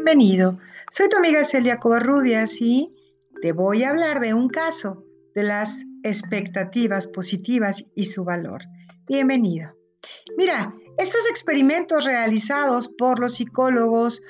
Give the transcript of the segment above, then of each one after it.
bienvenido. Soy tu amiga Celia Covarrubias y te voy a hablar de un caso de las expectativas positivas y su valor. Bienvenido. Mira, estos experimentos realizados por los psicólogos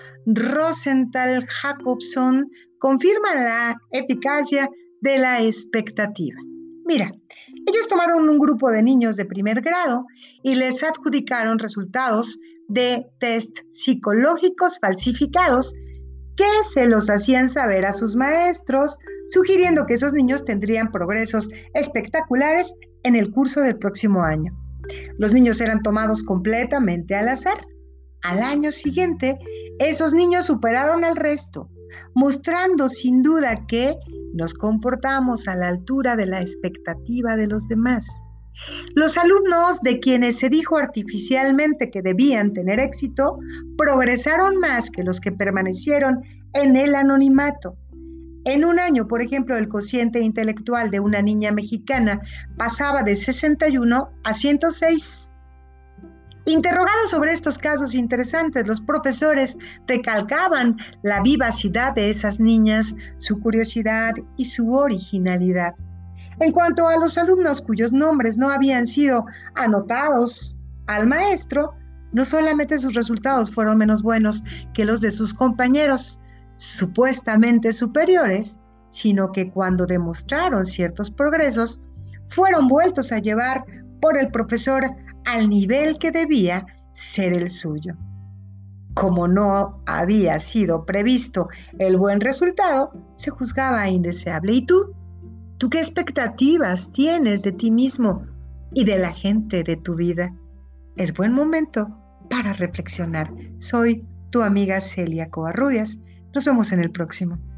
Rosenthal-Jacobson confirman la eficacia de la expectativa. Mira, ellos tomaron un grupo de niños de primer grado y les adjudicaron resultados de test psicológicos falsificados que se los hacían saber a sus maestros, sugiriendo que esos niños tendrían progresos espectaculares en el curso del próximo año. Los niños eran tomados completamente al azar. Al año siguiente, esos niños superaron al resto, mostrando sin duda que nos comportamos a la altura de la expectativa de los demás. Los alumnos de quienes se dijo artificialmente que debían tener éxito progresaron más que los que permanecieron en el anonimato. En un año, por ejemplo, el cociente intelectual de una niña mexicana pasaba de 61 a 106. Interrogados sobre estos casos interesantes, los profesores recalcaban la vivacidad de esas niñas, su curiosidad y su originalidad. En cuanto a los alumnos cuyos nombres no habían sido anotados al maestro, no solamente sus resultados fueron menos buenos que los de sus compañeros supuestamente superiores, sino que cuando demostraron ciertos progresos, fueron vueltos a llevar por el profesor al nivel que debía ser el suyo. Como no había sido previsto el buen resultado, se juzgaba indeseable. ¿Y tú? ¿Tú qué expectativas tienes de ti mismo y de la gente de tu vida? Es buen momento para reflexionar. Soy tu amiga Celia Covarrubias. Nos vemos en el próximo.